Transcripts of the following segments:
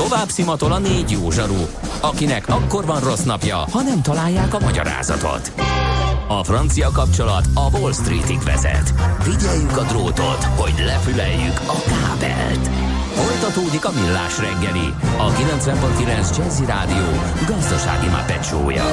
Tovább szimatol a 4 jó zsaru, akinek akkor van rossz napja, ha nem találják a magyarázatot. A francia kapcsolat a Wall Streetig vezet. Figyeljük a drótot, hogy lefüleljük a kábelt. Folytatódik a Millás reggeli, a 90.9 Jazzy Rádió gazdasági Muppet show-ja.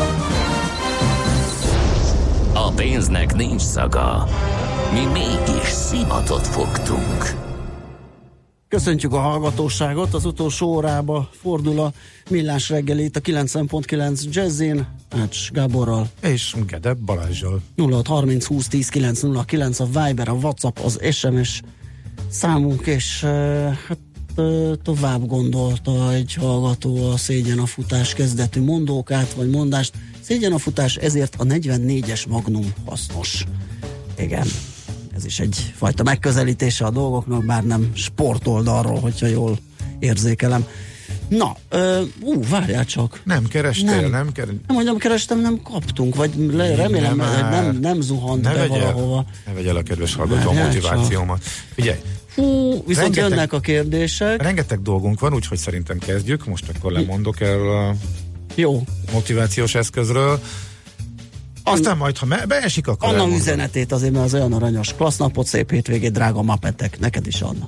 A pénznek nincs szaga. Mi mégis szimatot fogtunk. Köszöntjük a hallgatóságot, az utolsó órába fordul a Millás reggeli itt a 90.9 Jazzin, Ács Gáborral és Gede Balázsjal. 0630 20 10 909 a Viber, a WhatsApp, az SMS számunk, és tovább gondolta egy hallgató a szégyen a futás kezdetű mondókát, vagy mondást. Szégyen a futás, ezért a 44-es Magnum hasznos. Igen. Ez is egyfajta megközelítése a dolgoknak, bár nem sportoldalról, hogyha jól érzékelem. Na, várjál csak. Nem kerestél, nem mondjam, kerestem, nem kaptunk, vagy remélem, hogy nem zuhant be valahova. Ne vegyél a kedves hallgató a motivációmat. Figyelj. Viszont jönnek a kérdések. Rengeteg dolgunk van, úgyhogy szerintem kezdjük. Most akkor lemondok erről a motivációs eszközről. Aztán majd, ha beesik, akkor Anna üzenetét azért, mert az olyan aranyos. Klassz napot, szép hétvégét, drága Mappetek. Neked is, Anna.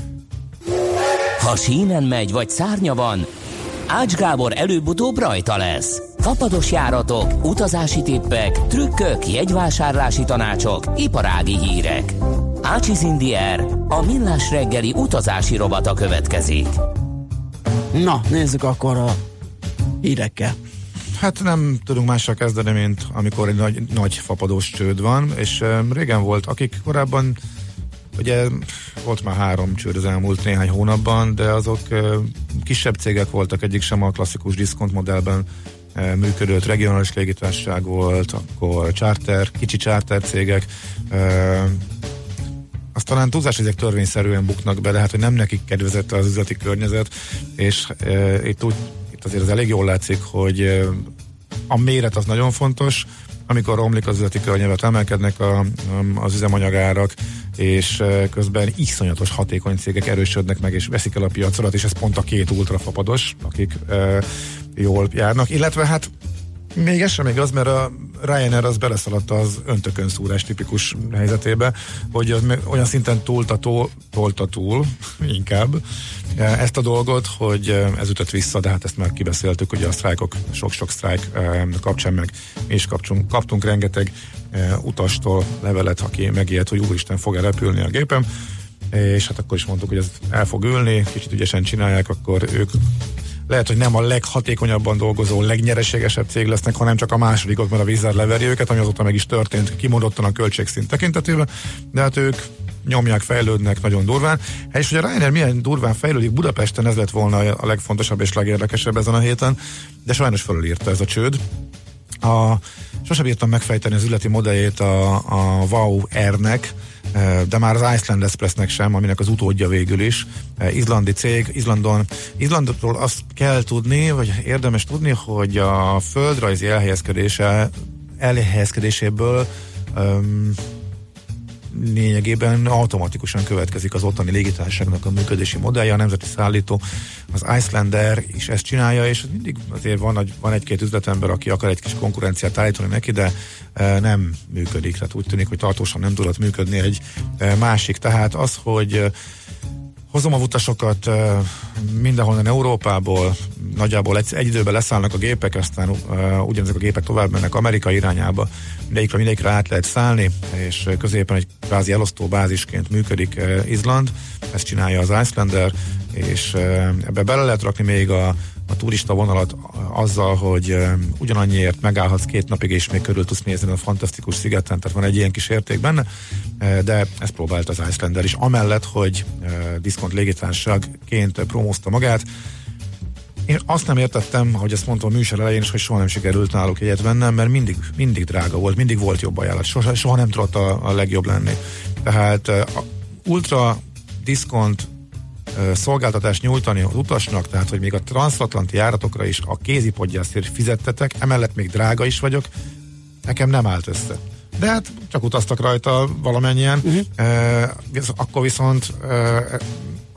Ha sínen megy, vagy szárnya van, Ács Gábor előbb-utóbb rajta lesz. Fapados járatok, utazási tippek, trükkök, jegyvásárlási tanácsok, iparági hírek. Ácsiz Indiér, a Millás reggeli utazási rovata következik. Na, nézzük akkor a hírekkel. Hát nem tudunk mással kezdeni, mint amikor egy nagy fapadós csőd van, és régen volt, akik korábban, ugye volt már 3 csőd az elmúlt néhány hónapban, de azok kisebb cégek voltak, egyik sem a klasszikus diszkont modellben működött, regionális légitársaság volt, akkor kicsi charter cégek, azt talán túlzás, ezek törvényszerűen buknak be, de hát, hogy nem nekik kedvezett az üzleti környezet, és itt azért az elég jól látszik, hogy a méret az nagyon fontos, amikor romlik az üzleti környezet, emelkednek az üzemanyagárak, és közben iszonyatos hatékony cégek erősödnek meg, és veszik el a piacodat, és ez pont a 2 ultrafapados, akik jól járnak, illetve hát még ez sem igaz, mert a Ryanair az beleszaladt az öntökönszúrás tipikus helyzetébe, hogy az olyan szinten tolta túl inkább ezt a dolgot, hogy ez ütött vissza, de hát ezt már kibeszéltük, ugye a sztrájkok, sok-sok sztrájk kapcsán meg mi is kaptunk rengeteg utastól levelet, aki megijedt, hogy úristen, fog repülni a gépem, és hát akkor is mondtuk, hogy ez el fog ülni, kicsit ügyesen csinálják, akkor ők lehet, hogy nem a leghatékonyabban dolgozó, legnyereségesebb cég lesznek, hanem csak a másodikok, mert a Wizz Air leveri őket, ami azóta meg is történt, kimondottan a költségszint tekintetében, de hát ők nyomják, fejlődnek nagyon durván. És hogy a Ryanair milyen durván fejlődik Budapesten, ez lett volna a legfontosabb és legérdekesebb ezen a héten, de sajnos fölírta ez a csőd. Sosem bírtam megfejteni az üzleti modelljét a WOW Airnek, de már az Iceland Expressnek sem, aminek az utódja végül is. Izlandi cég, Izlandról azt kell tudni, vagy érdemes tudni, hogy a földrajzi elhelyezkedéséből lényegében automatikusan következik az ottani légitársaságnak a működési modellje, a nemzeti szállító, az Icelander is ezt csinálja, és mindig azért van egy-két üzletember, aki akar egy kis konkurenciát állítani neki, de nem működik, tehát úgy tűnik, hogy tartósan nem tudott működni egy másik. Tehát az, hogy hozom a utasokat mindenhonnan Európából, nagyjából egy időben leszállnak a gépek, aztán ugyanezek a gépek tovább mennek Amerika irányába, mindegyikre át lehet szállni, és középen egy kvázi elosztó bázisként működik Izland, ezt csinálja az Icelander, és ebbe bele lehet rakni még a turista vonalat azzal, hogy ugyanannyiért megállhatsz 2 napig, és még körül tudsz nézni a fantasztikus szigeten, tehát van egy ilyen kis érték benne, de ezt próbált az Icelander is, amellett, hogy diszkont légitársaságként promózta magát. Én azt nem értettem, hogy ezt mondtam a műsor elején is, hogy soha nem sikerült náluk egyet vennem, mert mindig drága volt, mindig volt jobb ajánlat, soha nem tudott a legjobb lenni. Tehát ultra diszkont szolgáltatást nyújtani az utasnak, tehát hogy még a transatlanti járatokra is a kézipodgyászért fizettetek, emellett még drága is vagyok, nekem nem állt össze. De hát csak utaztak rajta valamennyien, akkor viszont a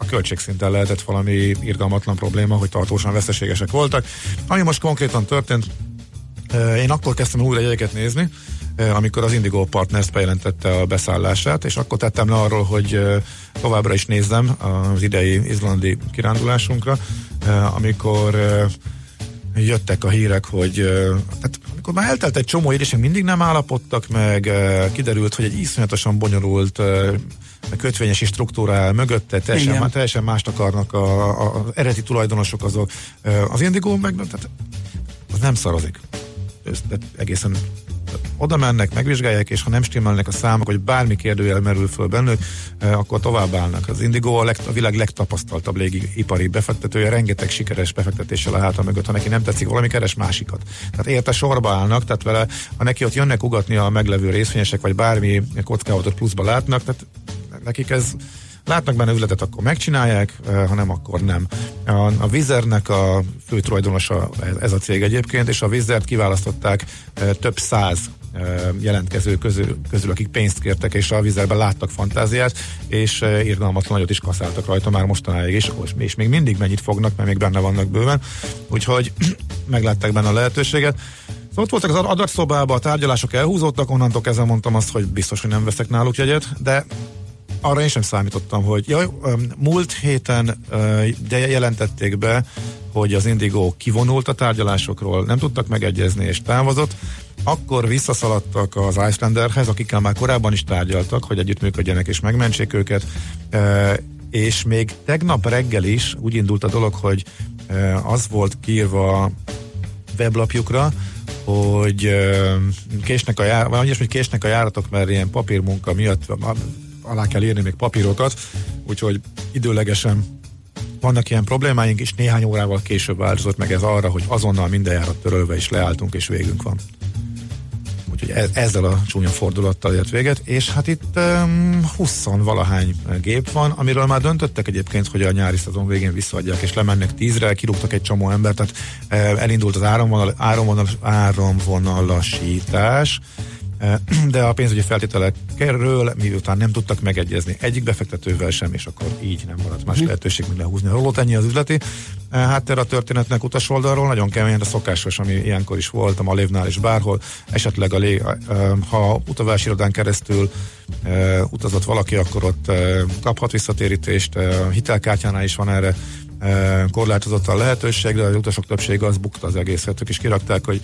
a költségszinten lehetett valami irgalmatlan probléma, hogy tartósan veszteségesek voltak. Ami most konkrétan történt, én akkor kezdtem újra jegyeket nézni, amikor az Indigo Partners bejelentette a beszállását, és akkor tettem le arról, hogy továbbra is nézzem az idei izlandi kirándulásunkra, amikor jöttek a hírek, hogy tehát amikor már eltelt egy csomó év, és mindig nem állapodtak meg, kiderült, hogy egy iszonyatosan bonyolult kötvényesi struktúrál mögötte, teljesen mást akarnak az eredeti tulajdonosok azok. Az Indigo meg tehát az nem szarozik. Egészen oda mennek, megvizsgálják, és ha nem stimmelnek a számok, hogy bármi kérdőjel merül föl bennük, akkor tovább állnak. Az Indigo a világ legtapasztaltabb légipari befektetője, rengeteg sikeres befektetéssel a háta mögött, ha neki nem tetszik valami, keres másikat. Tehát érte sorba állnak, tehát vele, ha neki ott jönnek ugatni a meglevő részvényesek, vagy bármi kockázatot pluszba látnak, tehát nekik ez látnak benne üzletet, akkor megcsinálják, ha nem, akkor nem. A Vizernek a fő tulajdonosa ez a cég egyébként, és a Vizert kiválasztották több száz jelentkező közül, akik pénzt kértek, és a Vizerben láttak fantáziát, és irgalmatlan nagyot is kaszáltak rajta már mostanáig is, és még mindig mennyit fognak, mert még benne vannak bőven, úgyhogy meglátták benne a lehetőséget. Szóval ott voltak az adatszobában, a tárgyalások elhúzódtak, onnantól kezdve mondtam azt, hogy biztos, hogy nem veszek náluk jegyet, de arra én sem számítottam, hogy múlt héten jelentették be, hogy az Indigo kivonult a tárgyalásokról, nem tudtak megegyezni és távozott, akkor visszaszaladtak az Icelander-hez, akikkel már korábban is tárgyaltak, hogy együttműködjenek és megmentsék őket, és még tegnap reggel is úgy indult a dolog, hogy az volt kiírva a weblapjukra, hogy késnek a járatok, mert ilyen papírmunka miatt alá kell írni még papírokat, úgyhogy időlegesen vannak ilyen problémáink, és néhány órával később változott meg ez arra, hogy azonnal minden járat törölve is leálltunk, és végünk van. Úgyhogy ezzel a csúnya fordulattal ért véget, és hát itt 20-valahány gép van, amiről már döntöttek egyébként, hogy a nyári szezon végén visszaadják, és lemennek 10-re, kirúgtak egy csomó embert, tehát elindult az áramvonalasítás, de a pénzügyi feltételekről miután nem tudtak megegyezni egyik befektetővel sem, és akkor így nem maradt más lehetőség, mint lehúzni a rollót. Ennyi az üzleti háttér a történetnek utas oldalról, nagyon kemény, de szokásos, ami ilyenkor is volt a Malévnál és bárhol, esetleg ha utazási irodán keresztül utazott valaki, akkor ott kaphat visszatérítést, a hitelkártyánál is van erre korlátozott a lehetőség, de az utasok többsége az bukta az egészet, ők is kirakták, hogy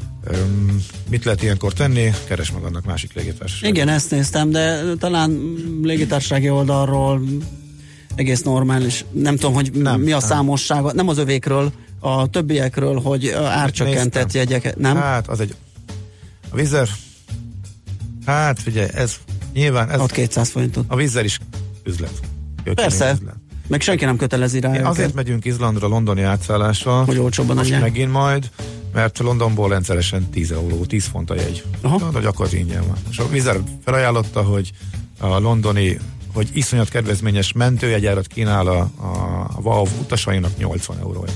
mit lehet ilyenkor tenni, keres meg annak másik légitársaság. Igen, ezt néztem, de talán légitársasági oldalról egész normális. Nem tudom, hogy mi a számossága, nem az övékről, a többiekről, hogy árcsökkentett jegyeket, nem? Hát, az egy a Vizer, hát figyelj, ez nyilván ez... Ott 200 forintot. A Vizer is üzlet. Persze. Üzlet. Meg senki nem kötelezi rá. Azért megyünk Izlandra londoni átszállásra, hogy olcsóbban most megint majd, mert Londonból rendszeresen 10 euró, 10 font a jegy. De gyakorlatilag ingyen van. És a Vizer felajánlotta, hogy a londoni, hogy iszonyat kedvezményes mentőjegyárat kínál a WOW utasainak 80 eurója.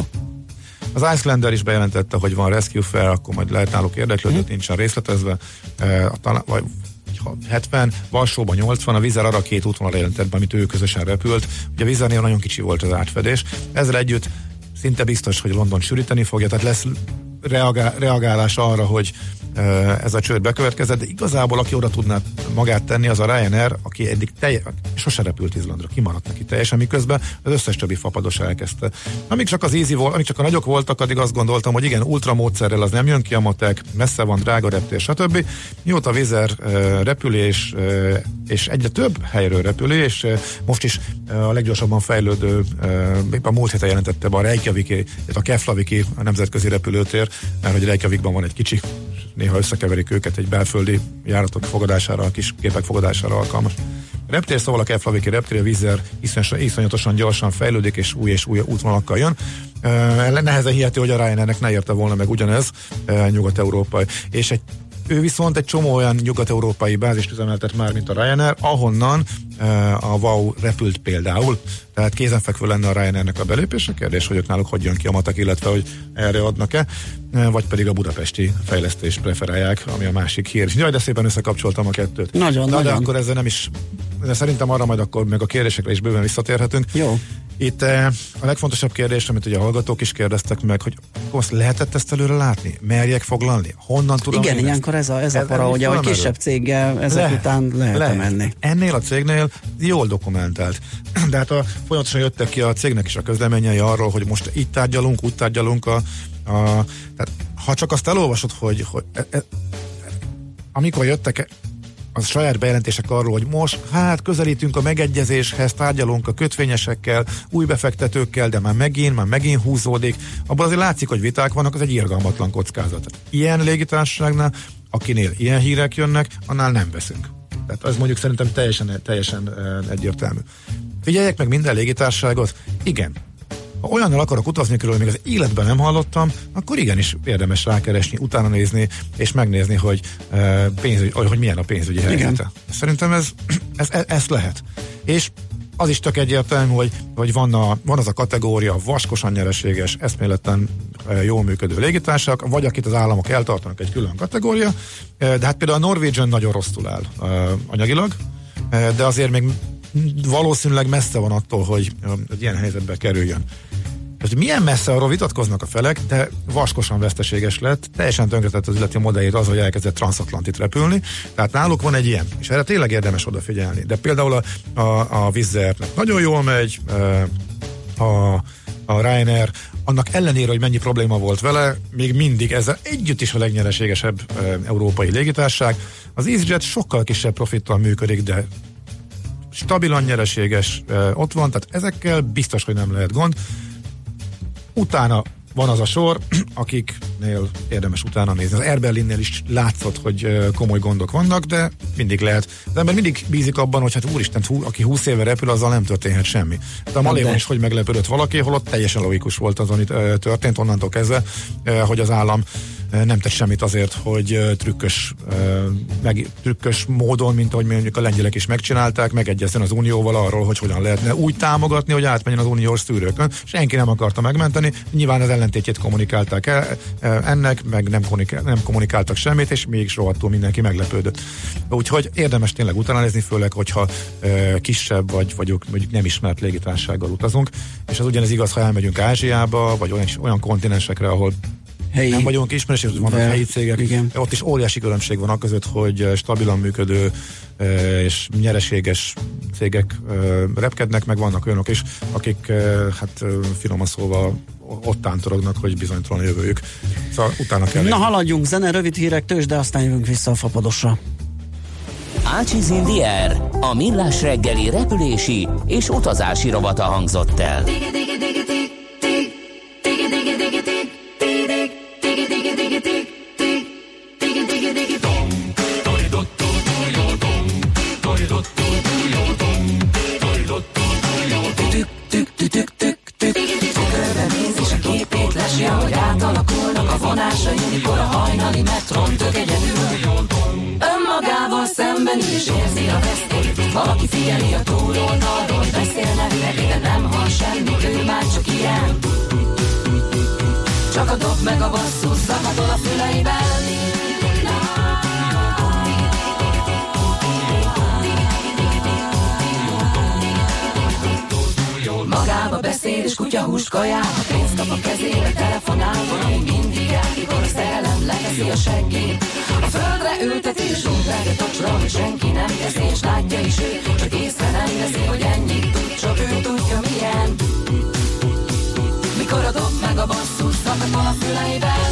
Az Icelander is bejelentette, hogy van rescue fare, akkor majd lehet náluk érdeklődni, nincsen részletezve, vagy 70, Varsóban 80, a Vizer arra két útvonal jelentett be, amit ő közösen repült. Ugye a Vizernél nagyon kicsi volt az átfedés. Ezzel együtt szinte biztos, hogy London sűríteni fogja, tehát lesz reagálás arra, hogy ez a csőd bekövetkezett, de igazából aki oda tudná magát tenni, az a Ryanair, aki eddig sose repült Izlandra, kimaradt neki teljesen, miközben az összes többi fapados elkezdte. Amíg csak az easy volt, amíg csak a nagyok voltak, addig azt gondoltam, hogy igen, ultramódszerrel az nem jön ki a matek, messze van, drága reptér, stb. Mióta Vizer repülés, és egyre több helyről repülés, most is a leggyorsabban fejlődő, a múlt héten jelentette be a Reykjaviki, a Keflaviki a nemzetközi repülőtér, mert hogy Reykjavikban van egy kicsi, néha összekeverik őket egy belföldi járatok fogadására, a kis gépek fogadására alkalmas reptér, szóval a Keflaviki reptér, a Vizer iszonyatosan gyorsan fejlődik, és új útvonalakkal jön. Nehezen hihető, hogy a Ryanairnek ne érte volna meg ugyanez, nyugat-európai. És egy Ő viszont egy csomó olyan nyugat-európai bázist üzemeltet már, mint a Ryanair, ahonnan a WOW repült például. Tehát kézenfekvő lenne a Ryanairnek a belépése. Kérdés, hogy ők náluk hogy jön ki a matek, illetve hogy erre adnak-e, vagy pedig a budapesti fejlesztést preferálják, ami a másik hír. Jaj, de szépen összekapcsoltam a kettőt. Nagyon. De akkor ezzel nem is, de szerintem arra majd akkor meg a kérdésekre is bőven visszatérhetünk. Jó. Itt a legfontosabb kérdés, amit ugye a hallgatók is kérdeztek meg, hogy azt lehetett ezt előre látni? Merjek foglalni? Honnan tudom? Igen, ilyenkor ez a para, hogy a kisebb céggel ezek után lehet menni. Ennél a cégnél jól dokumentált. De hát folyamatosan jöttek ki a cégnek is a közleményei arról, hogy most itt tárgyalunk, úgy tárgyalunk tehát ha csak azt elolvasod, hogy amikor jöttek a saját bejelentések arról, hogy most közelítünk a megegyezéshez, tárgyalunk a kötvényesekkel, új befektetőkkel, de már megint húzódik. Abban azért látszik, hogy viták vannak, az egy irgalmatlan kockázat. Tehát ilyen légitársaságnál, akinél ilyen hírek jönnek, annál nem veszünk. Tehát az mondjuk szerintem teljesen egyértelmű. Figyeljek meg minden légitársaságot? Igen. Ha olyannal akarok utazni, akiről még az életben nem hallottam, akkor igenis érdemes rákeresni, utána nézni, és megnézni, hogy hogy milyen a pénzügyi helyzete. Szerintem ez lehet. És az is tök egyértelmű, hogy van az a kategória, vaskosan nyereséges, eszméletlen jól működő légitársaság, vagy akit az államok eltartanak, egy külön kategória, de hát például a Norwegian nagyon rosszul áll anyagilag, de azért még valószínűleg messze van attól, hogy ilyen helyzetbe kerüljön. Tehát milyen messze, arról vitatkoznak a felek, de vaskosan veszteséges lett, teljesen tönkretett az üzleti modelljét az, hogy elkezdett transatlantit repülni, tehát náluk van egy ilyen, és erre tényleg érdemes odafigyelni. De például a Wizz Airnek nagyon jól megy, a Ryanair, annak ellenére, hogy mennyi probléma volt vele, még mindig ezzel együtt is a legnyereségesebb európai légitársaság. Az EasyJet sokkal kisebb profittal működik, de stabilan nyereséges ott van, tehát ezekkel biztos, hogy nem lehet gond. Utána van az a sor, akiknél érdemes utána nézni. Az Air Berlinnél is látszott, hogy komoly gondok vannak, de mindig lehet. Az ember mindig bízik abban, hogy hát úristen, aki 20 éve repül, azzal nem történhet semmi. De a Malévon is, hogy meglepődött valaki, holott teljesen logikus volt az, amit történt onnantól kezdve, hogy az állam nem tett semmit azért, hogy trükkös módon, mint ahogy mondjuk a lengyelek is megcsinálták, megegyezzen az Unióval arról, hogy hogyan lehetne úgy támogatni, hogy átmenjen az uniós szűrőkön. Senki nem akarta megmenteni, nyilván az ellentétjét kommunikálták ennek, meg nem kommunikáltak semmit, és mégis rohadtul mindenki meglepődött. Úgyhogy érdemes tényleg utána nézni, főleg, hogyha kisebb vagy mondjuk nem ismert légitársasággal utazunk, és az ugyanez igaz, ha elmegyünk Ázsiába, vagy olyan kontinensekre, ahol nem vagyunk ismerős, vannak helyi cégek. Igen. Ott is óriási különbség van között, hogy stabilan működő és nyereséges cégek repkednek, meg vannak olyanok is, akik hát finoman szólva ott tántorognak, hogy bizonytalan a jövőjük. Szóval utána kell. Na, haladjunk, zene, rövid hírek, tőzs, de aztán jövünk vissza a Fapadosra. Ácsiz Indiér, a millás reggeli repülési és utazási rovata hangzott el. Hogy átalakulnak a vonásai, mikor a hajnali metron tök egyedül. Önmagával szemben is érzi a veszélyt. Valaki figyeli a túloldalról, beszélnek neki, de nem hall semmit, ő már csak ilyen. Csak a dob meg a basszus zakatol a füleiben. Magába beszél és kutyahúst kajál, ha pénzt kap a kezébe, telefonál, valami mindig el, mikor a szerelem leveszi a seggét. A földre ülteti és rúgálja tocsra, hogy senki nem teszi, és látja is ő, csak észre nem veszi, hogy ennyit tud, csak ő tudja milyen. Mikor a dob meg a basszus zakatol a füleiben.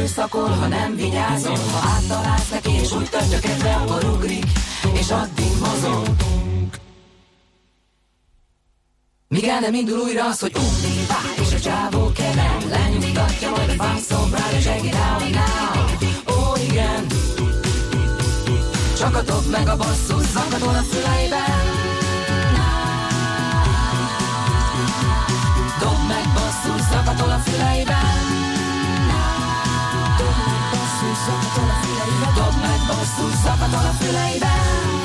erőszakol, ha nem vigyázol. Ha áttalálsz neki és úgy tartja kedve, akkor ugrik, és addig mozog. Míg el nem indul újra az, hogy vár, és a csávó keven lenyugtatja, majd a fászombrál, és egész now. Ó, igen, csak a dob meg a basszus zakatol a füleiben. Dob meg basszus zakatol a füleiben. Dob meg basszus zakatol a füleiben. Dob meg basszus zakatol a füleiben.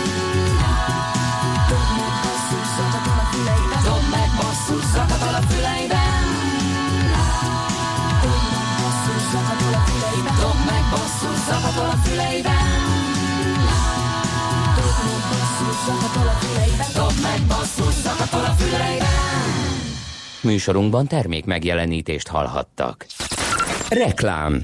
Dob meg basszus zakatol a füleiben. Dob meg basszus zakatol a füleiben. Dob meg basszus zakatol a füleiben. Dob meg basszus zakatol a füleiben. Dob meg basszus zakatol a füleiben. Műsorunkban termék megjelenítést hallhattak. Reklám.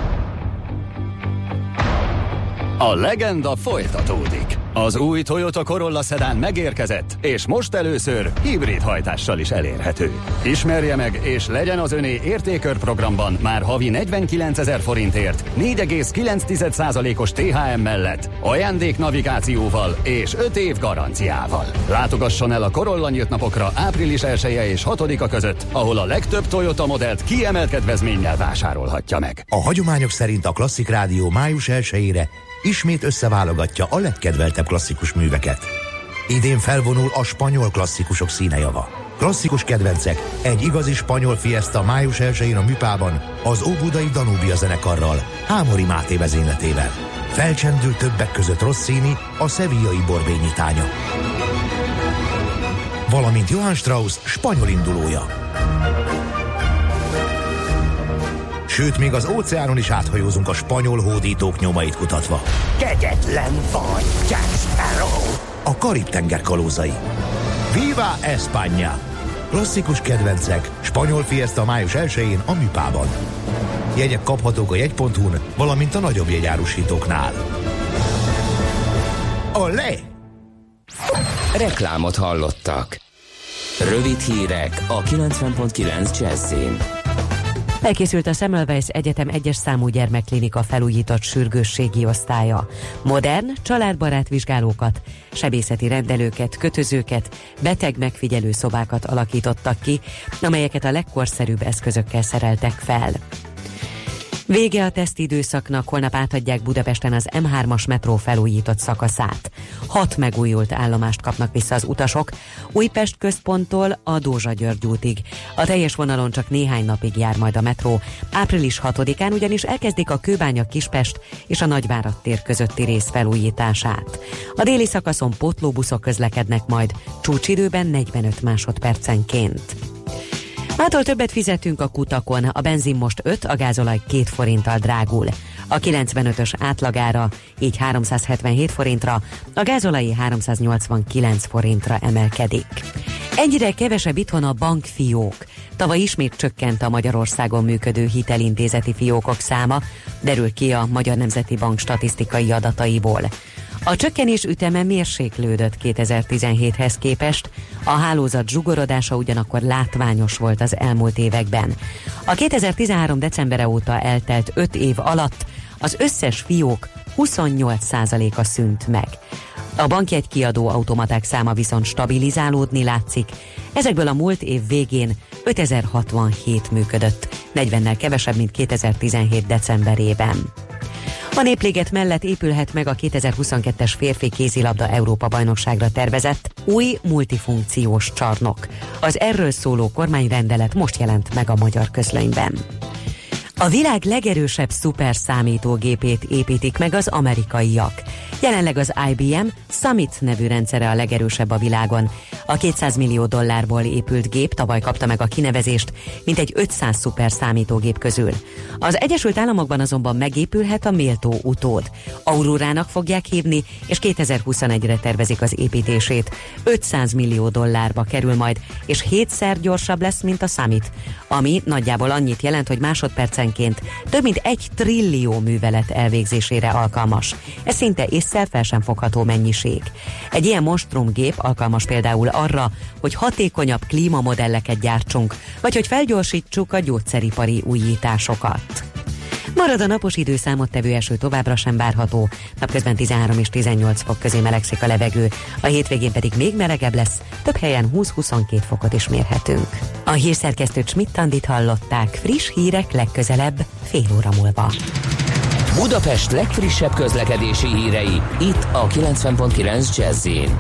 A legenda folytatódik. Az új Toyota Corolla szedán megérkezett, és most először hibrid hajtással is elérhető. Ismerje meg, és legyen az öné értékör programban már havi 49 000 forintért, 4,9%-os THM mellett, ajándéknavigációval és 5 év garanciával. Látogasson el a Corolla nyílt napokra április 1-e és 6-a között, ahol a legtöbb Toyota modellt kiemelt kedvezménnyel vásárolhatja meg. A hagyományok szerint a Klasszik Rádió május 1-ére ismét összeválogatja a legkedveltebb klasszikus műveket. Idén felvonul a spanyol klasszikusok színejava. Klasszikus kedvencek, egy igazi spanyol fiesta május 1-én a Műpában, az óbudai Danubia zenekarral, Hámori Máté vezényletével. Felcsendül többek között Rossini, a szevillai borbényitánya. Valamint Johann Strauss spanyol indulója. Sőt, még az óceánon is áthajózunk a spanyol hódítók nyomait kutatva. Kegyetlen vagy, Jack Sparrow! A Karib-tenger kalózai. Viva España! Klasszikus kedvencek, spanyol fiesta május 1-én a Műpában. Jegyek kaphatók a jegy.hu-n, valamint a nagyobb jegyárusítóknál. Olé! Reklámot hallottak. Rövid hírek a 90.9 Jazzin. Elkészült a Semmelweis Egyetem 1-es számú gyermekklinika felújított sürgősségi osztálya. Modern, családbarát vizsgálókat, sebészeti rendelőket, kötözőket, beteg megfigyelő szobákat alakítottak ki, amelyeket a legkorszerűbb eszközökkel szereltek fel. Vége a tesztidőszaknak, holnap átadják Budapesten az M3-as metró felújított szakaszát. 6 megújult állomást kapnak vissza az utasok, Újpest központtól a Dózsa-György útig. A teljes vonalon csak néhány napig jár majd a metró. Április 6-án ugyanis elkezdik a Kőbánya-Kispest és a Nagyvárad tér közötti rész felújítását. A déli szakaszon pótlóbuszok közlekednek majd, csúcsidőben 45 másodpercenként. Mától többet fizetünk a kutakon, a benzin most 5, a gázolaj 2 forinttal drágul. A 95-ös átlagára, így 377 forintra, a gázolai 389 forintra emelkedik. Ennyire kevesebb itthon a bankfiók. Tavaly ismét csökkent a Magyarországon működő hitelintézeti fiókok száma, derül ki a Magyar Nemzeti Bank statisztikai adataiból. A csökkenés üteme mérséklődött 2017-hez képest, a hálózat zsugorodása ugyanakkor látványos volt az elmúlt években. A 2013. decembere óta eltelt 5 év alatt az összes fiók 28%-a szűnt meg. A bankjegykiadó automaták száma viszont stabilizálódni látszik, ezekből a múlt év végén 5067 működött, 40-nel kevesebb, mint 2017. decemberében. A Népliget mellett épülhet meg a 2022-es férfi kézilabda Európa-bajnokságra tervezett új multifunkciós csarnok. Az erről szóló kormányrendelet most jelent meg a magyar közlönyben. A világ legerősebb szuperszámítógépét építik meg az amerikaiak. Jelenleg az IBM Summit nevű rendszere a legerősebb a világon. A $200 millió épült gép tavaly kapta meg a kinevezést, mint egy 500 szuperszámítógép közül. Az Egyesült Államokban azonban megépülhet a méltó utód. Aurórának fogják hívni, és 2021-re tervezik az építését. $500 millió kerül majd, és 7-szer gyorsabb lesz, mint a Summit, ami nagyjából annyit jelent, hogy másodpercenként több mint 1 trillió művelet elvégzésére alkalmas. Ez szinte ésszel fel sem fogható mennyiség. Egy ilyen monstrumgép alkalmas például arra, hogy hatékonyabb klímamodelleket gyártsunk, vagy hogy felgyorsítsuk a gyógyszeripari újításokat. Ma Marad a napos időszámottevő eső, továbbra sem várható. Napközben 13 és 18 fok közé melegszik a levegő. A hétvégén pedig még melegebb lesz, több helyen 20-22 fokot is mérhetünk. A hírszerkesztőt Schmidt-Andit hallották, friss hírek legközelebb fél óra múlva. Budapest legfrissebb közlekedési hírei, itt a 90.9 Jazz-in.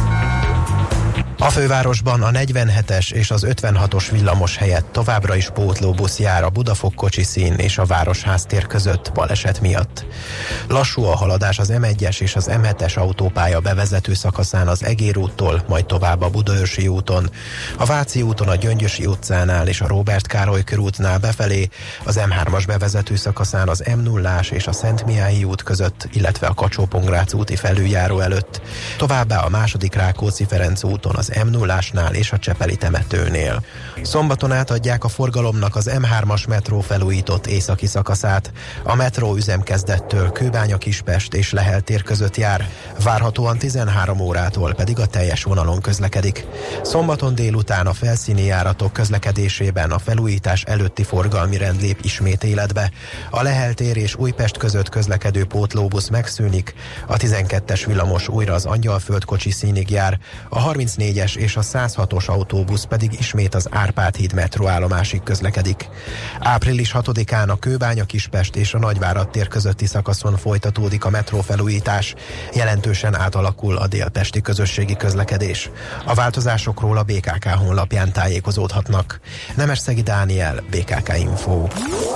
A fővárosban a 47-es és az 56-os villamos helyett továbbra is pótlóbusz jár a Budafok kocsiszín és a Városház tér között baleset miatt. Lassú a haladás az M1-es és az M7-es autópálya bevezető szakaszán az Egér úttól, majd tovább a Budaörsi úton, a Váci úton a Gyöngyösi utcánál és a Róbert Károly körútnál befelé, az M3-as bevezető szakaszán az M0-ás és a Szentmiályi út között, illetve a Kacsó-Pongrác úti felüljáró előtt, továbbá a második Rákóczi-Ferenc úton az M0-ásnál és a Csepeli temetőnél. Szombaton átadják a forgalomnak az M3-as metró felújított északi szakaszát. A metró üzemkezdettől Kőbánya-Kispest és Lehel tér között jár, várhatóan 13 órától pedig a teljes vonalon közlekedik. Szombaton délután a felszíni járatok közlekedésében a felújítás előtti forgalmi rend lép ismét életbe. A Lehel tér és Újpest között közlekedő pótlóbusz megszűnik, a 12-es villamos újra az Angyalföld kocsiszínig jár, a 34-es és a 106-os autóbusz pedig ismét az Árpád híd metróállomásig közlekedik. Április 6-án a Kőbánya-Kispest és a Nagyvárad tér közötti szakaszon folytatódik a metrófelújítás, jelentősen átalakul a délpesti közösségi közlekedés. A változásokról a BKK honlapján tájékozódhatnak. Nemesszegi Dániel, BKK Info.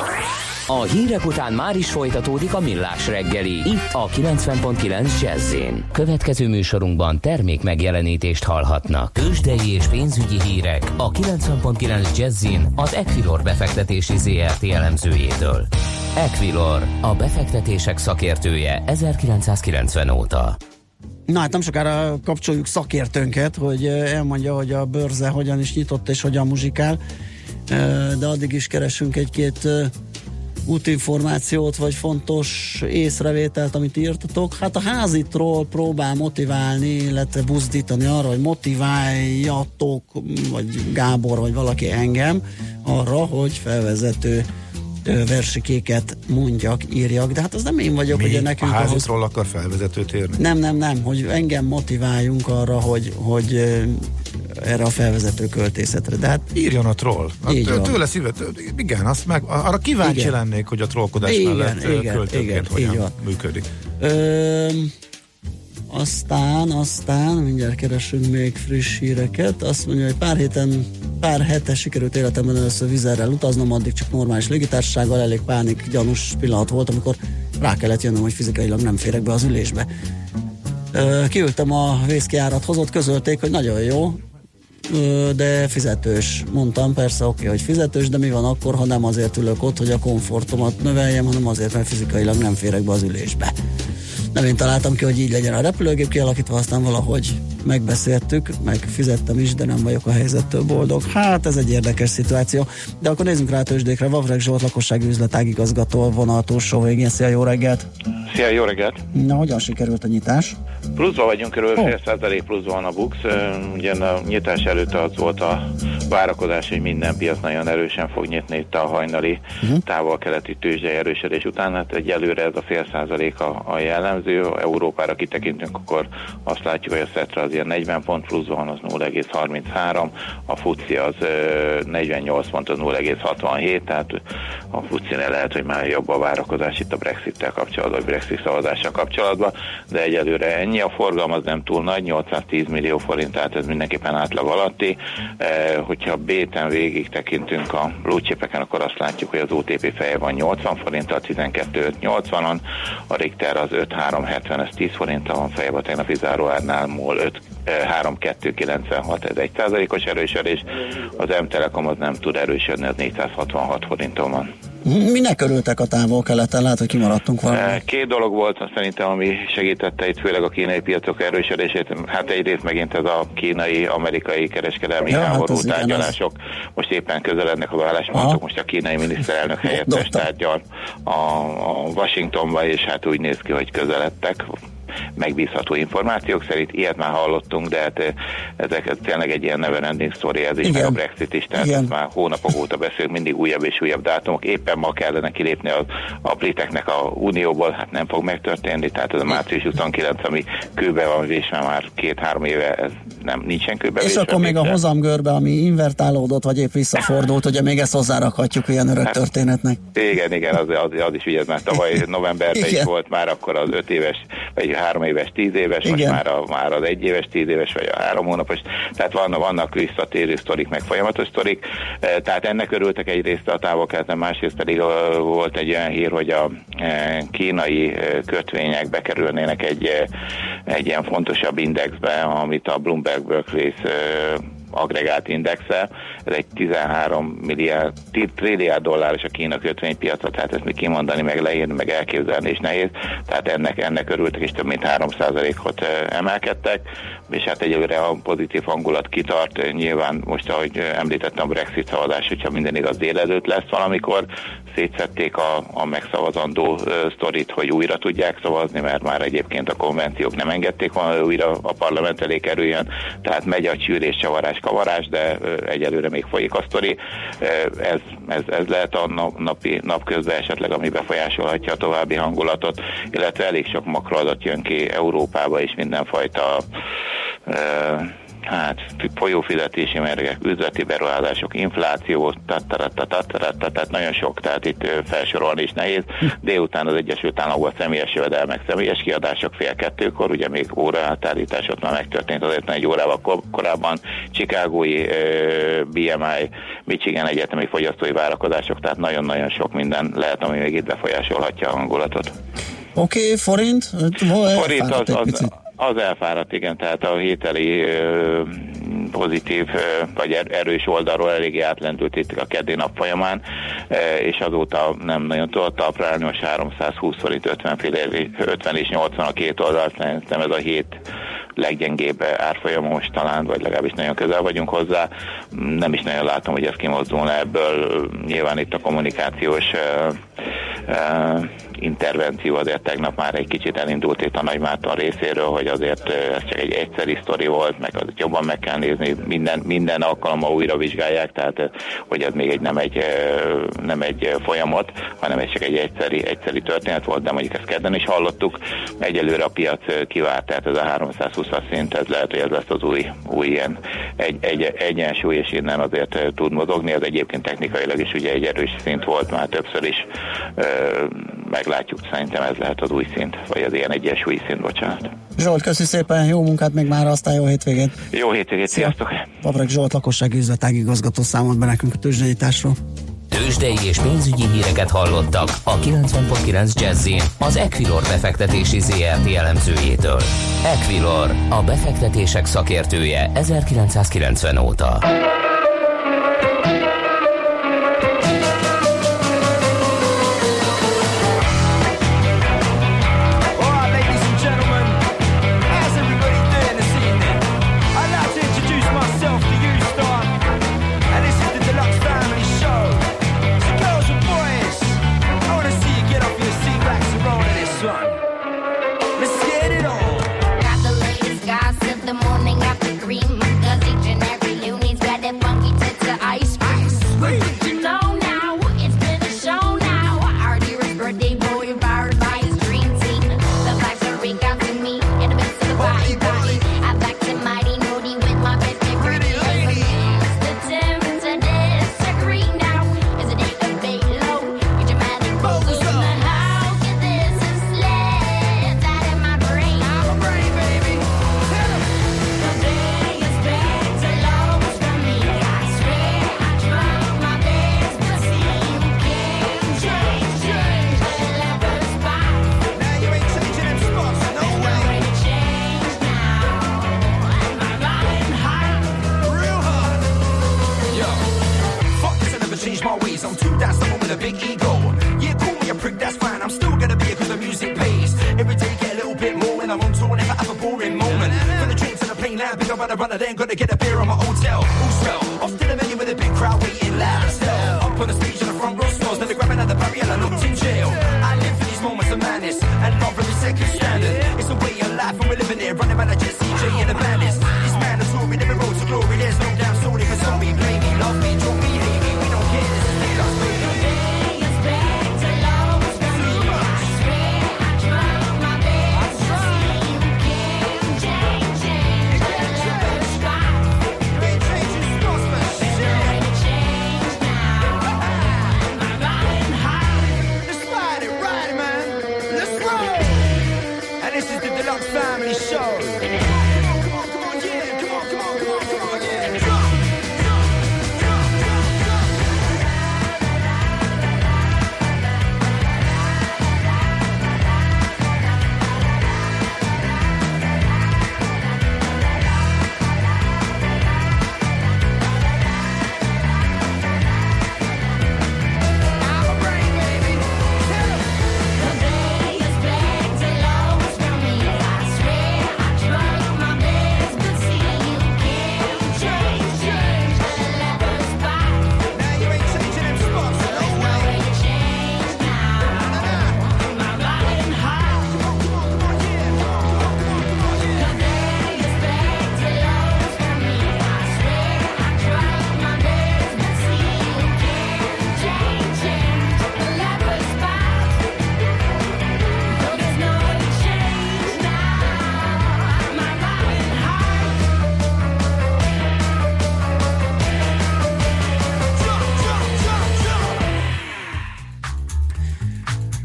A hírek után már is folytatódik a Millás reggeli, itt a 90.9 Jazz-in. Következő műsorunkban termék megjelenítést hallhatnak. Tőzsdei és pénzügyi hírek a 90.9 Jazz-in az Equilor befektetési ZRT elemzőjétől. Equilor, a befektetések szakértője 1990 óta. Na hát nem sokára kapcsoljuk szakértőnket, hogy elmondja, hogy a bőrze hogyan is nyitott és hogyan muzsikál, de addig is keresünk egy-két útinformációt, vagy fontos észrevételt, amit írtatok. Hát a házitról próbál motiválni, illetve buzdítani arra, hogy motiváljatok, vagy Gábor, vagy valaki engem arra, hogy felvezető versikéket mondjak, írjak, de hát az nem én vagyok, hogy nekünk a házitról akar felvezetőt írni? Nem, hogy engem motiváljunk arra, hogy erre a felvezető költészetre. De hát írjon a troll. Tőle szívet, igen, azt meg, arra kíváncsi igen. lennék, hogy a trollkodás mellett költőként hogyan működik. Aztán mindjárt keresünk még friss híreket. Azt mondja, hogy pár hete sikerült életemben először vizerrel utaznom, addig csak normális légitársasággal, elég pánik, gyanús pillanat volt, amikor rá kellett jönnöm, hogy fizikailag nem férek be az ülésbe. Kiültem a vészkijárathoz, ott közölték, hogy nagyon jó, de fizetős. Mondtam, persze oké, hogy fizetős, de mi van akkor, ha nem azért ülök ott, hogy a komfortomat növeljem, hanem azért, mert fizikailag nem férek be az ülésbe. Nem én találtam ki, hogy így legyen a repülőgép kialakítva, aztán valahogy megbeszéltük, meg fizettem is, de nem vagyok a helyzettől boldog. Hát ez egy érdekes szituáció. De akkor nézzünk rá a tőzsdékre. Vavreg Zsolt, lakossági üzletágigazgató vonal túlsó végén. Szia, jó reggelt! Szia, jó reggelt! Na, hogyan sikerült a nyitás? Pluszban vagyunk, körülbelül 0,5% pluszban van a BUX. Ugye a nyitás előtt az volt a várakozás, hogy minden piac nagyon erősen fog nyitni itt a hajnali távol-keleti tőzsdei erősödés után. Hát egyelőre ez a 0,5% a jellemző. Európára kitekintünk, akkor azt látjuk, hogy a Szetra az ilyen 40 pont pluszban van, az 0,33, a FUCI az 48 pont, az 0,67, tehát a FUCI-nél lehet, hogy már jobb a várakozás itt a Brexit-tel kapcsolatban, Brexit szavazással kapcsolatban, de egyelőre ennyi. A forgalom az nem túl nagy, 810 millió forint, tehát ez mindenképpen átlag alatti. Hogyha B-ten végig tekintünk a blue chipeken, akkor azt látjuk, hogy az OTP feje van 80 forinttal, 12,580-on, a Richter az 5,370, ez 10 forinttal van fejebb, a tegnapi záróárnál MOL 3,296, ez 1%-os erősödés, az M-Telekom az nem tud erősödni, az 466 forinton van. Minek örültek a távol-keleten? Lehet, hogy kimaradtunk valami. Két dolog volt szerintem, ami segítette itt főleg a kínai piacok erősödését. Hát egyrészt megint ez a kínai-amerikai kereskedelmi háború tárgyalások. Most éppen közelednek az álláspontok, most a kínai miniszterelnök helyettes tárgyal a Washingtonba, és hát úgy néz ki, hogy közeledtek. megbízható információk szerint. Ilyet már hallottunk, de hát ezek tényleg egy ilyen never ending story, ez is, meg a Brexit is, tehát ez már hónapok óta beszélünk, mindig újabb és újabb dátumok. Éppen ma kellene kilépni a briteknek a unióból, hát nem fog megtörténni, tehát ez a március 29, ami kőbe van vésve már 2-3 éve, ez nem, nincsen kőbe vésve. És akkor még a hozamgörbe, ami invertálódott, vagy épp visszafordult, ugye még ezt hozzárakhatjuk ilyen örök történetnek. Igen, az is ugye, mert tavaly novemberben is volt már akkor az 5 éves, vagy 3 éves, 10 éves, most már az 1 éves, 10 éves, vagy a 3 hónapos, tehát vannak visszatérő sztorik, meg folyamatos sztorik, tehát ennek örültek egyrészt a távol-keleten, másrészt pedig volt egy olyan hír, hogy a kínai kötvények bekerülnének egy ilyen fontosabb indexbe, amit a Bloomberg Barclays agregált indexe, ez egy 13 trilliárd dolláros a Kína kötvénypiaca, tehát ezt még kimondani, meg leírni, meg elképzelni is nehéz, tehát ennek örültek, és több mint 3%-ot emelkedtek, és hát egyelőre a pozitív hangulat kitart, nyilván most, ahogy említettem, a Brexit szavazás, hogyha minden igaz, délelőtt lesz valamikor, szétszették a megszavazandó sztorit, hogy újra tudják szavazni, mert már egyébként a konvenciók nem engedték volna, újra a parlament elé kerüljön, tehát megy a csűrés, csavarás, kavarás, de egyelőre még folyik a sztori. Ez lehet a napközben esetleg, ami befolyásolhatja a további hangulatot, illetve elég sok makroadat jön ki Európába is, mindenfajta folyófizetési mérlegek, üzleti beruházások, infláció, tehát nagyon sok, tehát itt felsorolni is nehéz. Délután az Egyesült Államokban személyes jövedelmek, személyes kiadások 1:30, ugye még óraátállítás ott már megtörtént az 51 órával korábban, Chicagói BMI, Michigan egyetemi fogyasztói várakozások, tehát nagyon-nagyon sok minden lehet, ami még itt befolyásolhatja a hangulatot. Oké, forint? Forint az elfáradt, igen, tehát a hételi pozitív vagy erős oldalról eléggé átlendült itt a keddi nap folyamán, és azóta nem nagyon tudott talpra állni, most 320 forint 50 és 80 a két oldalt, szerintem ez a hét leggyengébb árfolyama most talán, vagy legalábbis nagyon közel vagyunk hozzá. Nem is nagyon látom, hogy ez kimozdulna ebből. Nyilván itt a kommunikációs intervenció azért tegnap már egy kicsit elindult itt a Nagy Márton részéről, hogy azért ez csak egy egyszeri sztori volt, meg azért jobban meg kell nézni, minden alkalommal újra vizsgálják, tehát hogy ez még nem egy folyamat, hanem ez csak egy egyszeri történet volt, de mondjuk ezt kedden is hallottuk. Egyelőre a piac kivárt, tehát ez a 320-as szint, ez lehet, hogy ez lesz az új ilyen egyensúly, és innen azért tud mozogni, ez egyébként technikailag is ugye egy erős szint volt már többször is, meglátjuk, szerintem ez lehet az új szint, vagy az ilyen egyensúlyi szint, bocsánat. Zsolt, köszi szépen, jó munkát még már, aztán jó hétvégét. Jó hétvégét, sziasztok! Paprek Zsolt, lakossági üzletági igazgató számolt be nekünk a tőzsdenyításról. Tőzsdei és pénzügyi híreket hallottak a 90.9 Jazzin az Equilor befektetési ZRT elemzőjétől. Equilor, a befektetések szakértője 1990 óta. Gonna get a beer on my hotel. Well, off to the venue with a big crowd waiting loud as hell. Up on the stage in the front row stalls, then they're grabbing at the barrier and I looked in jail. I live for these moments of madness and not for the second standard. It's the way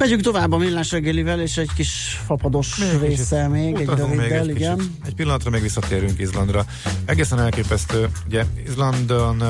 Megyünk tovább a millás reggelivel, és egy kis fapados résszel még, egy röviddel, igen. Egy pillanatra még visszatérünk Izlandra. Egészen elképesztő, ugye Izlandon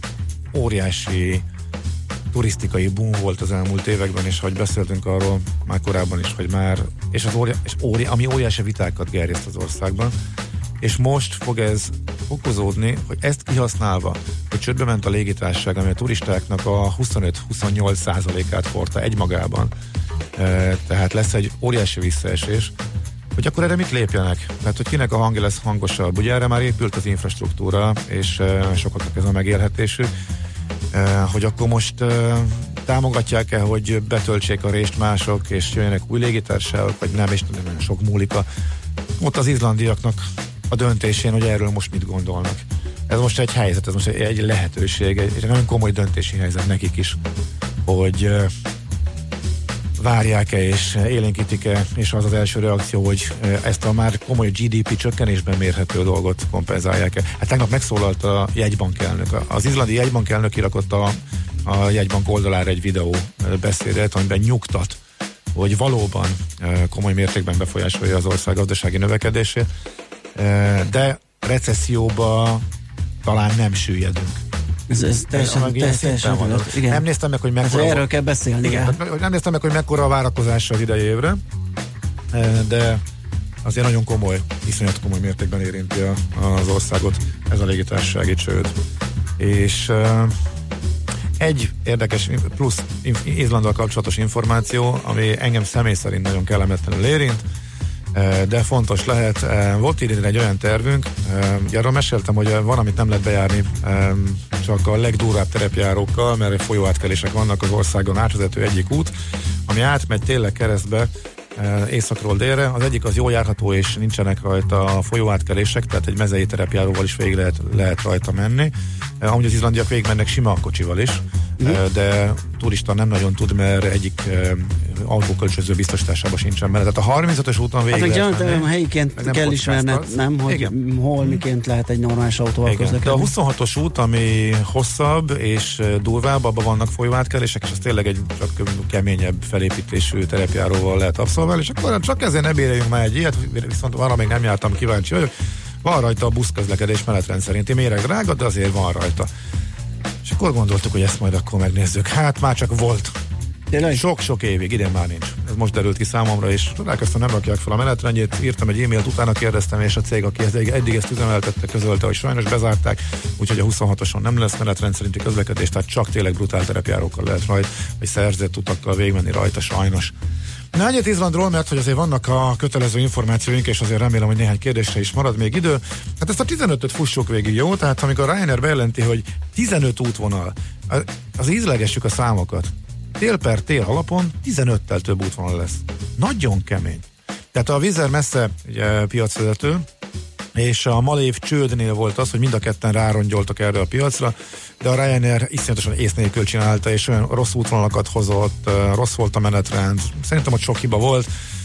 óriási turisztikai boom volt az elmúlt években, és ahogy beszéltünk arról már korábban is, hogy már, és ami óriási vitákat gerjeszt az országban, és most fog ez fokozódni, hogy ezt kihasználva, hogy csődbe ment a légitársaság, ami a turistáknak a 25-28%-át hordta egymagában, tehát lesz egy óriási visszaesés, hogy akkor erre mit lépjenek? Tehát, hogy kinek a hangja lesz hangosabb? Ugye erre már épült az infrastruktúra, és sokaknak ez a megélhetésük, hogy akkor most támogatják-e, hogy betöltsék a rést mások, és jöjjenek új légitársaságok, vagy nem, és nagyon sok múlik ott az izlandiaknak a döntésén, hogy erről most mit gondolnak. Ez most egy helyzet, ez most egy lehetőség, egy nagyon komoly döntési helyzet nekik is, hogy várják-e és élénkítik-e, és az az első reakció, hogy ezt a már komoly GDP csökkenésben mérhető dolgot kompenzálják-e. Hát tegnap megszólalt a jegybank elnök. Az izlandi jegybank elnök kirakott a jegybank oldalára egy videó beszédet, amiben nyugtat, hogy valóban komoly mértékben befolyásolja az ország gazdasági növekedését, de recesszióba talán nem süllyedünk. Ez teljesen igen. Nem néztem meg, hogy mekkora... Erről kell beszélni. Igen, nem néztem meg, hogy mekkora a várakozás az idei évre, de azért nagyon komoly, iszonyat komoly mértékben érinti az országot ez a légitársasági csőd. És egy érdekes plusz Izlanddal kapcsolatos információ, ami engem személy szerint nagyon kellemetlenül érint, de fontos lehet. Volt idén egy olyan tervünk, arról meséltem, hogy van, amit nem lehet bejárni csak a legdurvább terepjárókkal, mert folyóátkelések vannak az országon átvezető egyik út, ami átmegy tényleg keresztbe északról délre. Az egyik az jól járható, és nincsenek rajta folyóátkelések, tehát egy mezei terepjáróval is végig lehet rajta menni. Amúgy az izlandiak végig mennek sima kocsival is, de turista nem nagyon tud, mert egyik autókölcsönző biztosításába sincsen benne. Tehát a 35-ös úton végig lehet menni. Helyiként kell ismerned, nem? Hogy igen. Hol miként lehet egy normális autóval közlekedni. De a 26-os út, ami hosszabb és durvább, abban vannak folyóátkelések, és az tényleg egy csak keményebb felépítésű terepjáróval lehet abszolválni, és akkor csak ezért ne béreljünk már egy ilyet, viszont arra még nem jártam, kíváncsi vagyok. Van rajta a buszközlekedés menetrend szerinti, méreg drága, de azért van rajta. És akkor gondoltuk, hogy ezt majd akkor megnézzük. Hát már csak volt. Sok-sok évig, idén már nincs. Ez most derült ki számomra, és találkoztam, nem rakják fel a menetrendjét, írtam egy e-mailt, utána kérdeztem, és a cég, aki eddig ezt üzemeltette, közölte, hogy sajnos bezárták, úgyhogy a 26-oson nem lesz menetrend szerinti közlekedés, tehát csak tényleg brutál terepjárókkal lehet rajta, vagy szerzett utakkal végigmenni rajta, sajnos. Na, ennyit Izlandról, mert hogy azért vannak a kötelező információink, és azért remélem, hogy néhány kérdésre is marad még idő. Hát ezt a 15-öt fussuk végig, jó? Tehát amikor a Ryanair bejelenti, hogy 15 útvonal, az ízlegessük a számokat. Tél per tél alapon 15-tel több útvonal lesz. Nagyon kemény. Tehát a Wizz Air messze ugye, piacvezető, és a Malév csődnél volt az, hogy mind a ketten rárongyoltak erre a piacra, de a Ryanair iszonyatosan ész nélkül csinálta, és olyan rossz útvonalakat hozott, rossz volt a menetrend. Szerintem ott sok hiba volt.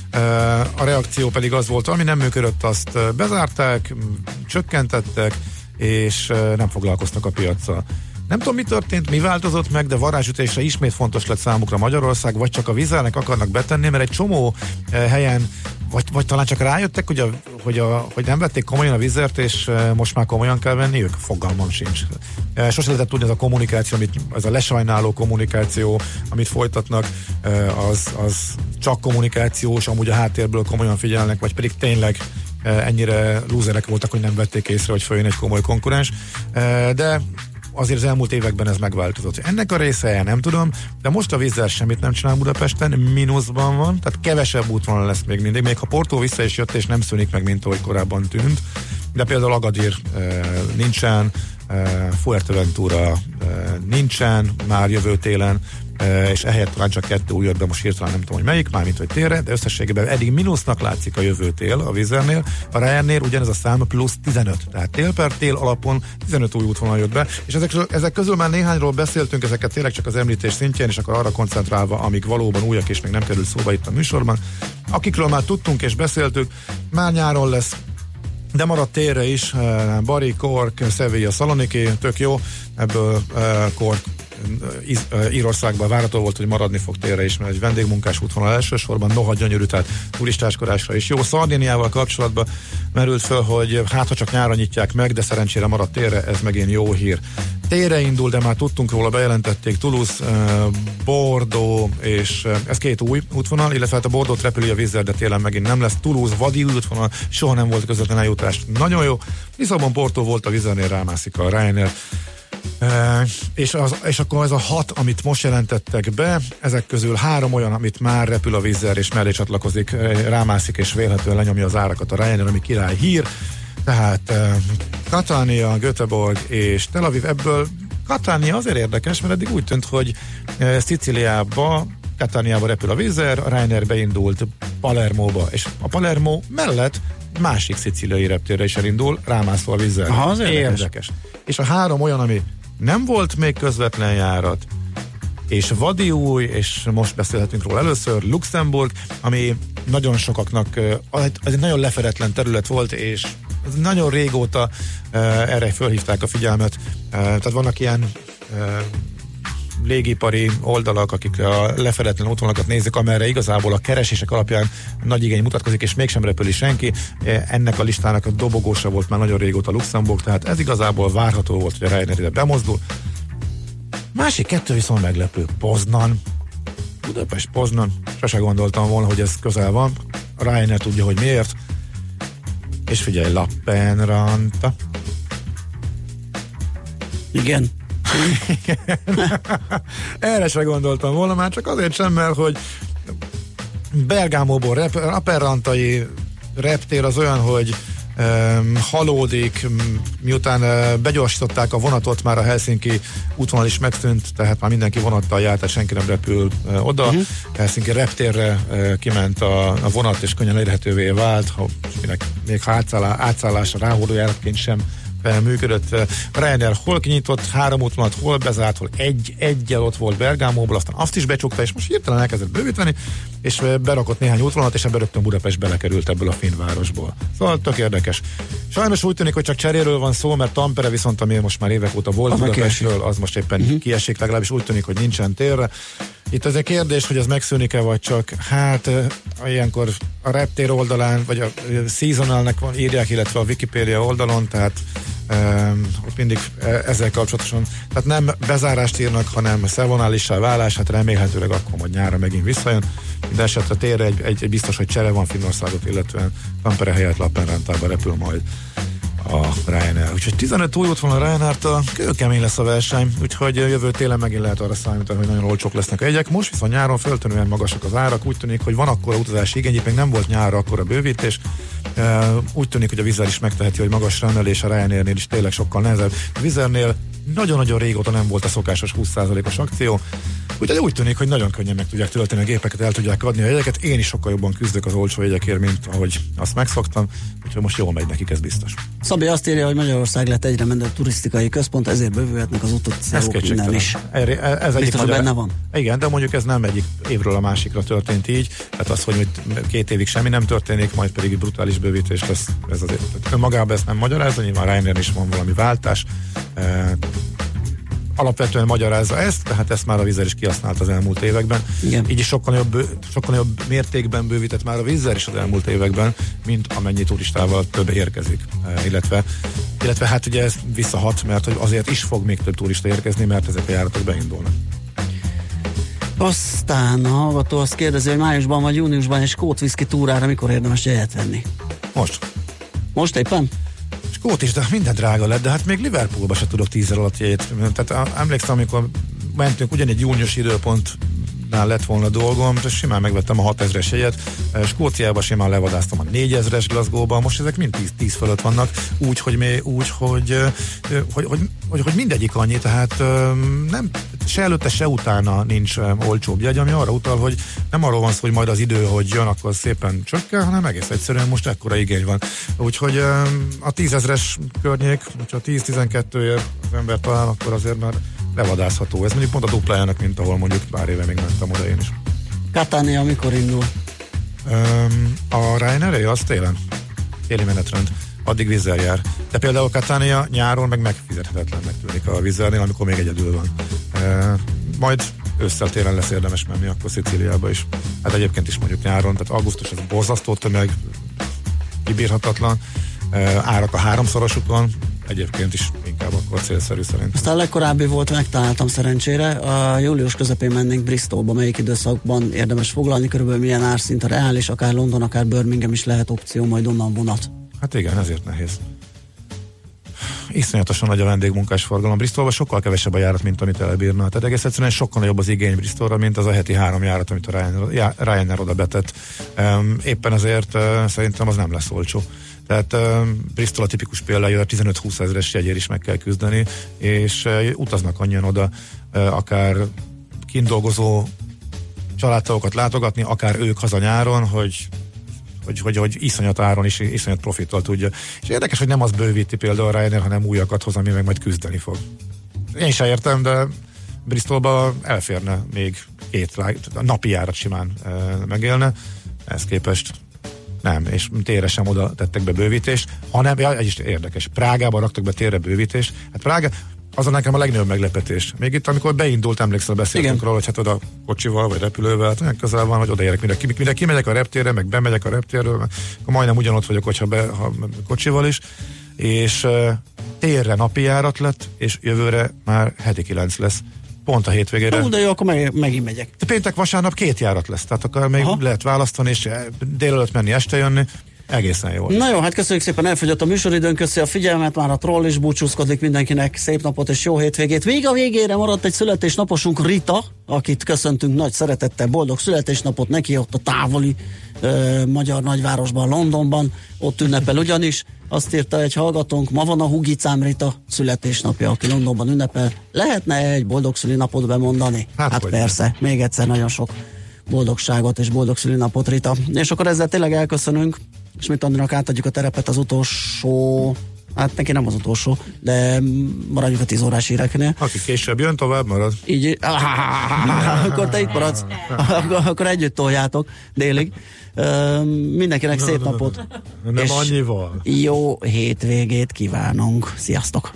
A reakció pedig az volt, ami nem működött, azt bezárták, csökkentettek, és nem foglalkoztak a piaccal. Nem tudom, mi történt, mi változott meg, de varázsütésre ismét fontos lett számukra Magyarország, vagy csak a Wizz Airnek akarnak betenni, mert egy csomó helyen, vagy talán csak rájöttek, hogy nem vették komolyan a Wizz Air-t, és most már komolyan kell venni, ők fogalmam sincs. Sose lehetett tudni, ez a kommunikáció, ez a lesajnáló kommunikáció, amit folytatnak, az csak kommunikációs, amúgy a háttérből komolyan figyelnek, vagy pedig tényleg ennyire lúzerek voltak, hogy nem vették észre, hogy följön egy komoly konkurens. De azért az elmúlt években ez megváltozott. Ennek a része nem tudom, de most a Wizz Air semmit nem csinál Budapesten, mínuszban van, tehát kevesebb útvonal lesz még mindig. Még ha Porto vissza is jött, és nem szűnik meg, mint ahogy korábban tűnt. De például Agadir nincsen, Fuerteventura nincsen már jövő télen, és ehelyett talán csak 2 új jött be, most hirtelen nem tudom, hogy melyik, mármint hogy télre, de összességében eddig mínusznak látszik a jövő tél a Wizz Airnél, a Ryanair ugyanez a szám plusz 15, tehát tél per tél alapon 15 új útvonal jött be, és ezek közül már néhányról beszéltünk, ezeket tényleg csak az említés szintjén, és akkor arra koncentrálva, amik valóban újak és még nem került szóba itt a műsorban. Akikről már tudtunk és beszéltük, már nyáron lesz, de maradt térre is, Bari, Cork, Sevilla, Szaloniki, tök jó, ebből Cork Írországban várható volt, hogy maradni fog térre is, mert egy vendégmunkás útvonal elsősorban, noha gyönyörű, tehát turistáskodásra is jó. Szardiniával kapcsolatban merült föl, hogy hát ha csak nyáron nyitják meg, de szerencsére maradt térre, ez megint jó hír. Térre indul, de már tudtunk róla, bejelentették Toulouse, Bordeaux, és ez két új útvonal, illetve hát a Bordeaux repüli a vízzel, de télen megint nem lesz. Toulouse, vadi útvonal, soha nem volt közvetlen eljutás. Nagyon jó. Lisszabon, Porto volt a vízernél, rámászik a Ryanair. És akkor ez a 6, amit most jelentettek be, ezek közül 3 olyan, amit már repül a vízzel, és mellé csatlakozik, rámászik, és vélhetően lenyomja az árakat a Ryanair, ami király hír. Tehát Catania, Göteborg és Tel Aviv, ebből Catania azért érdekes, mert eddig úgy tűnt, hogy Szicíliába, Cataniába repül a vízer, a Ryanair beindult Palermóba, és a Palermo mellett másik szicíliai reptérre is elindul, rámászva a vízzel. Aha, az érdekes. És a 3 olyan, ami nem volt még közvetlen járat, és vadi új, és most beszélhetünk róla először, Luxemburg, ami nagyon sokaknak, ez egy nagyon lefedetlen terület volt, és nagyon régóta erre fölhívták a figyelmet. Tehát vannak ilyen légipari oldalak, akik a lefedetlen útvonalakat nézik, amerre igazából a keresések alapján nagy igény mutatkozik, és mégsem repüli senki. Ennek a listának a dobogósa volt már nagyon régóta Luxemburg, tehát ez igazából várható volt, hogy a Ryanair ide bemozdul. Másik 2 viszont meglepő, Poznan. Budapest, Poznan. Sose gondoltam volna, hogy ez közel van. A Ryanair tudja, hogy miért. És figyelj, Lappenranta. Igen. Erre se gondoltam volna, már csak azért sem, mert hogy Bergámóból Lappenrantai reptér az olyan, hogy halódik, miután begyorsították a vonatot, már a Helsinki útvonal is megszűnt, tehát már mindenki vonattal járt, tehát senki nem repül oda. Helsinki reptérre kiment a vonat, és könnyen elérhetővé vált, ha még átszállásra ráhordójáratként sem működött. A Ryanair hol kinyitott 3 útvonalat, hol bezárt, hol egyel ott volt Bergámóból, aztán azt is becsukta, és most hirtelen elkezdett bővíteni, és berakott néhány útvonalat, és ebben rögtön Budapest belekerült ebből a finn városból. Szóval tök érdekes. Sajnos úgy tűnik, hogy csak cseréről van szó, mert Tampere viszont, ami most már évek óta volt Budapestről, az most éppen kiesik, legalábbis úgy tűnik, hogy nincsen térre. Itt az egy kérdés, hogy ez megszűnik-e, vagy csak hát ilyenkor a reptér oldalán, vagy a seasonalnek van, írják, illetve a Wikipédia oldalon, tehát ott mindig ezzel kapcsolatosan, tehát nem bezárást írnak, hanem szezonálissá válás, hát remélhetőleg akkor majd nyára megint visszajön. De esetre térre egy biztos, hogy csere van Finnországot, illetve Tampere helyett Lappenrantába repül majd a Ryanair. Úgyhogy 15 új útvonal a Ryanair-től, kőkemény lesz a verseny, úgyhogy jövő télen megint lehet arra számítani, hogy nagyon olcsók lesznek a jegyek. Most viszont nyáron föltűnően magasak az árak, úgy tűnik, hogy van akkora utazási igény, még nem volt nyárra akkora bővítés. Úgy tűnik, hogy a Wizz Air is megteheti, hogy magasra emelés, a Ryanairnél is tényleg sokkal nehezebb. A Wizz Airnél nagyon-nagyon régóta nem volt a szokásos 20%-os akció, úgyhogy úgy tűnik, hogy nagyon könnyen meg tudják tölteni a gépeket, el tudják adni a jegyeket. Én is sokkal jobban küzdök az olcsó jegyekért, mint ahogy azt megszoktam, úgyhogy most jól megy nekik, ez biztos. Szabi azt írja, hogy Magyarország lett egyre menőbb turisztikai központ, ezért bővülhetnek az utazók innen is. Ez biztos, hogy benne van. Igen, de mondjuk ez nem egyik évről a másikra történt így, tehát az, hogy 2 évig semmi nem történik, majd pedig brutális bővítés lesz, ez azért önmagában ezt nem magyarázza, nyilván Ryanair is van valami váltás, alapvetően magyarázza ezt, tehát ezt már a Wizz Air is kihasznált az elmúlt években. Igen. Így is sokkal jobb mértékben bővített már a Wizz Air is az elmúlt években, mint amennyi turistával több érkezik. Illetve hát ugye ez visszahat, mert hogy azért is fog még több turista érkezni, mert ezek a járatok beindulnak. Aztán a hallgató azt kérdezi, hogy májusban vagy júniusban egy skót whisky túrára mikor érdemes jegyet venni? Most éppen? Skót is, de minden drága lett, de hát még Liverpoolba se tudok 10 alatt jegyet. Tehát emlékszem, amikor mentünk, ugyanegy június időpontnál lett volna dolgom, és simán megvettem a 6000-es jegyet, Skóciába simán levadáztam a 4000-es Glasgow-ba, most ezek mind 10 fölött vannak, hogy mindegyik annyi, tehát nem, se előtte, se utána nincs olcsóbb jegy, ami arra utal, hogy nem arról van szó, hogy majd az idő, hogy jön, akkor szépen csökken, hanem egész egyszerűen most ekkora igény van. Úgyhogy a 10 000-es környék, hogyha 10-12-ért az ember talál, akkor azért már levadázható. Ez mondjuk pont a duplájának, mint ahol mondjuk pár éve még mentem oda én is. Catania mikor indul? A Ryanair az téli menetrend. Addig Wizz Air jár. De például Catania nyáron meg megfizethetetlennek tűnik a Wizz Airnél, amikor még egyedül van. Majd ősszel télen lesz érdemes menni akkor Szicíliába is. Hát egyébként is mondjuk nyáron, tehát augusztus ez borzasztó tömeg, kibírhatatlan, árak a háromszorosukon, egyébként is inkább akkor célszerű szerintem. Aztán a legkorábbi volt, megtaláltam szerencsére, a július közepén mennénk Bristolba, melyik időszakban érdemes foglalni, körülbelül milyen árszint a reális, akár London, akár Birmingham is lehet opció, majd onnan vonat. Hát igen, ezért nehéz. Iszonyatosan nagy a vendégmunkás forgalom. Bristolban sokkal kevesebb a járat, mint amit elbírna. Tehát egész egyszerűen sokkal nagyobb az igény Bristolra, mint az a heti 3 járat, amit a Ryanair oda betett. Éppen ezért szerintem az nem lesz olcsó. Tehát Bristol a tipikus példája, 15-20 ezeres jegyért is meg kell küzdeni, és utaznak annyian oda, akár kindolgozó családtagokat látogatni, akár ők haza nyáron, hogy iszonyat áron is, iszonyat profittal tudja. És érdekes, hogy nem az bővíti például a Ryanair, hanem újakat hoz, ami meg majd küzdeni fog. Én sem értem, de Bristolba elférne még 2 napi járat simán megélne. Ehhez képest nem, és térre sem oda tettek be bővítést, hanem, ez is érdekes, Prágában raktak be térre bővítést. Hát Prága, az a nekem a legnagyobb meglepetés. Még itt, amikor beindult, emlékszel, beszéltünk róla, hogy hát oda kocsival vagy repülővel, hát olyan közel van, hogy odaérek, mire kimegyek a reptérre, meg bemegyek a reptérről, akkor majdnem ugyanott vagyok, hogyha kocsival is, és térre napi járat lett, és jövőre már heti 9 lesz. Pont a hétvégére. De jó, akkor megint megyek. De péntek, vasárnap 2 járat lesz, tehát akkor még lehet választani, és délelőtt menni, este jönni. Egészen jó. Na jó, hát köszönjük szépen, elfogyott a műsoridőn, köszi a figyelmet, már a troll is búcsúzkodik, mindenkinek szép napot és jó hétvégét. Még a végére maradt egy születésnaposunk, Rita, akit köszöntünk nagy szeretettel, boldog születésnapot neki ott a távoli magyar nagyvárosban, Londonban, ott ünnepel ugyanis. Azt írta egy hallgatónk, ma van a hugicám Rita születésnapja, aki Londonban ünnepel. Lehetne egy boldog szülinapot bemondani? Hát persze, még egyszer nagyon sok boldogságot és boldog szülinapot, Rita. És akkor ezzel tényleg elköszönünk, és mit Andrinak átadjuk a terepet az utolsó, hát neki nem az utolsó, de maradjuk a 10 órás híreknél. Aki később jön, tovább marad. Így, akkor te itt maradsz, akkor együtt toljátok délig. Mindenkinek szép napot. Nem annyival. Jó hétvégét kívánunk. Sziasztok!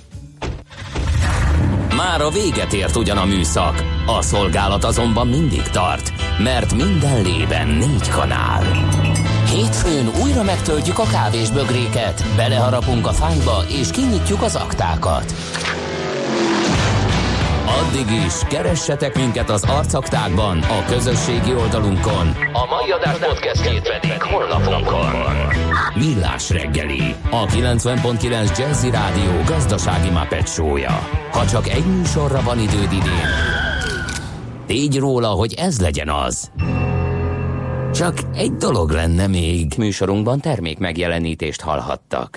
Már a véget ért ugyan a műszak, a szolgálat azonban mindig tart, mert minden lében 4 kanál. Hétfőn újra megtöltjük a kávésbögréket, beleharapunk a fányba és kinyitjuk az aktákat. Addig is keressetek minket az arcaktákban, a közösségi oldalunkon. A mai adás podcastjét pedig honlapunkon. Millás reggeli, a 90.9 Jazzy Rádió gazdasági Muppet show-ja. Ha csak egy műsorra van időd idén, tégy róla, hogy ez legyen az. Csak egy dolog lenne még. Műsorunkban termék megjelenítést hallhattak.